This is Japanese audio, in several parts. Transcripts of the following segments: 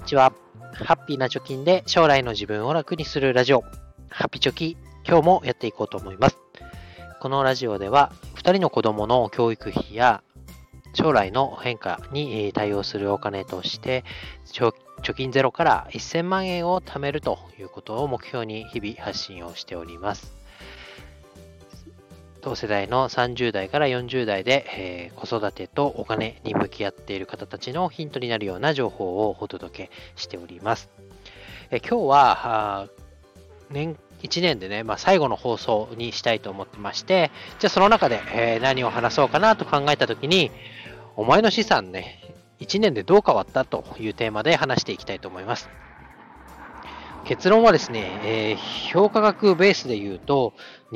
にちは。ハッピーな貯金で将来の自分を楽にするラジオ、ハピチョキ、今日もやっていこうと思います。このラジオでは、2人の子供の教育費や将来の変化に対応するお金として、貯金ゼロから1000万円を貯めるということを目標に日々発信をしております。同世代の30代から40代で、子育てとお金に向き合っている方たちのヒントになるような情報をお届けしております。今日は1年でね、最後の放送にしたいと思ってまして、じゃあその中で、何を話そうかなと考えたときに、お前の資産ね、1年でどう変わったというテーマで話していきたいと思います。結論はですね、評価額ベースで言うと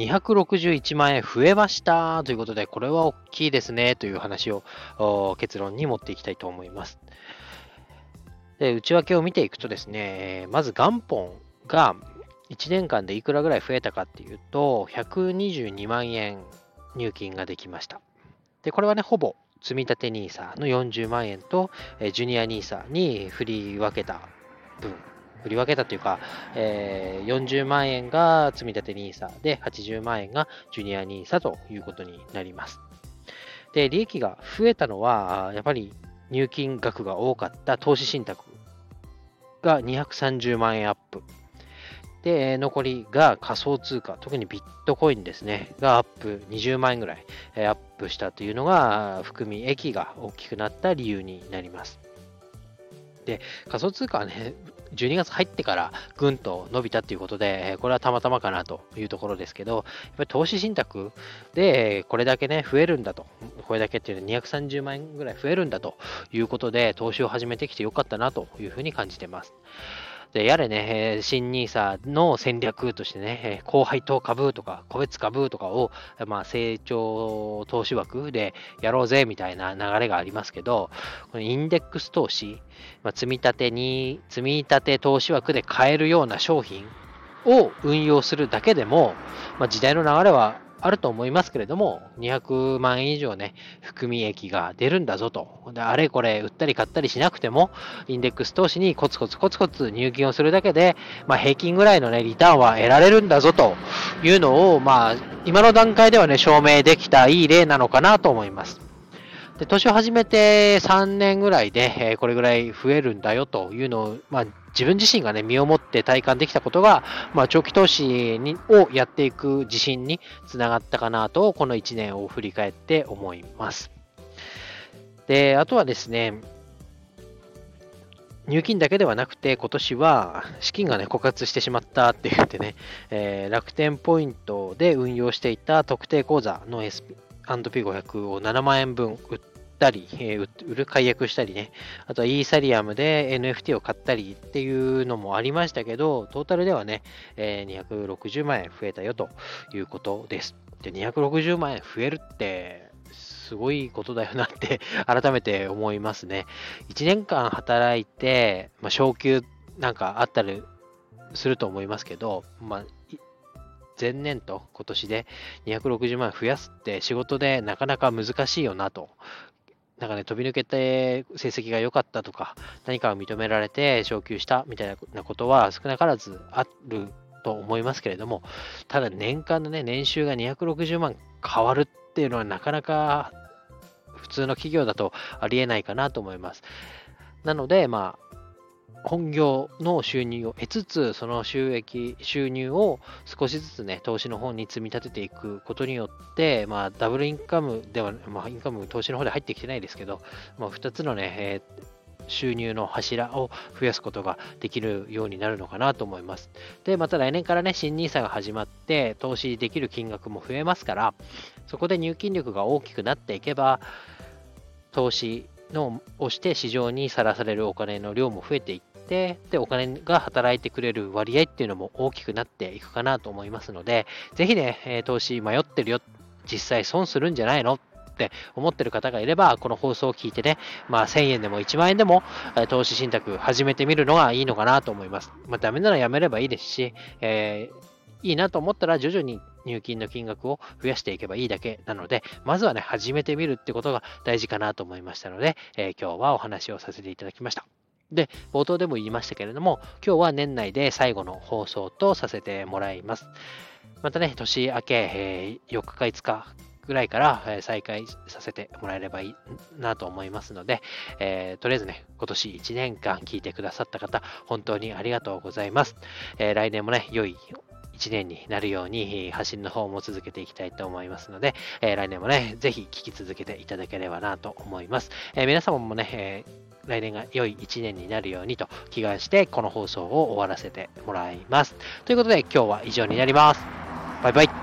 261万円増えましたということで、これは大きいですねという話を結論に持っていきたいと思います。で、内訳を見ていくとですね、まず元本が1年間でいくらぐらい増えたかっていうと、122万円入金ができました。で、これはね、ほぼ積立 NISA の40万円とジュニア NISA に振り分けた分、振り分けたというか、40万円が積立 NISA で80万円がジュニア NISA ということになります。で、利益が増えたのは、やっぱり入金額が多かった投資信託が230万円アップ。で、残りが仮想通貨、特にビットコインですね、がアップ20万円ぐらいアップしたというのが、含み益が大きくなった理由になります。で、仮想通貨はね、12月入ってからぐんと伸びたということで、これはたまたまかなというところですけど、やっぱり投資信託でこれだけね、増えるんだと、これだけっていうのは230万円ぐらい増えるんだということで、投資を始めてきてよかったなというふうに感じてます。で、やれね、新NISAの戦略としてね、高配当株とか個別株とかを、成長投資枠でやろうぜみたいな流れがありますけど、このインデックス投資、積み立て投資枠で買えるような商品を運用するだけでも、時代の流れはあると思いますけれども、200万円以上ね、含み益が出るんだぞと。で、あれこれ売ったり買ったりしなくても、インデックス投資にコツコツ入金をするだけで、平均ぐらいのね、リターンは得られるんだぞというのを、今の段階ではね、証明できたいい例なのかなと思います。で、投資を始めて3年ぐらいで、これぐらい増えるんだよというのを、自分自身がね、身をもって体感できたことが、長期投資をやっていく自信につながったかなと、この1年を振り返って思います。で、あとはですね、入金だけではなくて、今年は資金がね、枯渇してしまったって言ってね、楽天ポイントで運用していた特定口座の S&P500 を7万円分売ったり、解約したりね、あとはイーサリアムで NFT を買ったりっていうのもありましたけど、トータルではね、260万円増えたよということです。で、260万円増えるってすごいことだよなって改めて思いますね。1年間働いて、昇給なんかあったりすると思いますけど、前年と今年で260万円増やすって仕事でなかなか難しいよなと。なんかね、飛び抜けて成績が良かったとか、何かを認められて昇給したみたいなことは少なからずあると思いますけれども、ただ年間のね、年収が260万変わるっていうのはなかなか普通の企業だとありえないかなと思います。なので、本業の収入を得つつ、その収入を少しずつね、投資の方に積み立てていくことによって、ダブルインカムでは、インカム投資の方で入ってきてないですけど、2つのね、収入の柱を増やすことができるようになるのかなと思います。で、また来年からね、新NISAが始まって、投資できる金額も増えますから、そこで入金力が大きくなっていけば、投資をして市場にさらされるお金の量も増えていって、で、お金が働いてくれる割合っていうのも大きくなっていくかなと思いますので、ぜひね、投資迷ってるよ、実際損するんじゃないのって思ってる方がいれば、この放送を聞いてね、1000円でも1万円でも投資信託始めてみるのがいいのかなと思います。ダメならやめればいいですし、いいなと思ったら徐々に入金の金額を増やしていけばいいだけなので、まずはね、始めてみるってことが大事かなと思いましたので、今日はお話をさせていただきました。 で、冒頭でも言いましたけれども、今日は年内で最後の放送とさせてもらいます。またね、年明け、4日か5日ぐらいから、再開させてもらえればいいなと思いますので、とりあえずね、今年1年間聞いてくださった方、本当にありがとうございます。来年もね、良い1年になるように発信の方も続けていきたいと思いますので、来年もね、ぜひ聞き続けていただければなと思います。皆様もね、来年が良い1年になるようにと祈願して、この放送を終わらせてもらいます。ということで、今日は以上になります。バイバイ。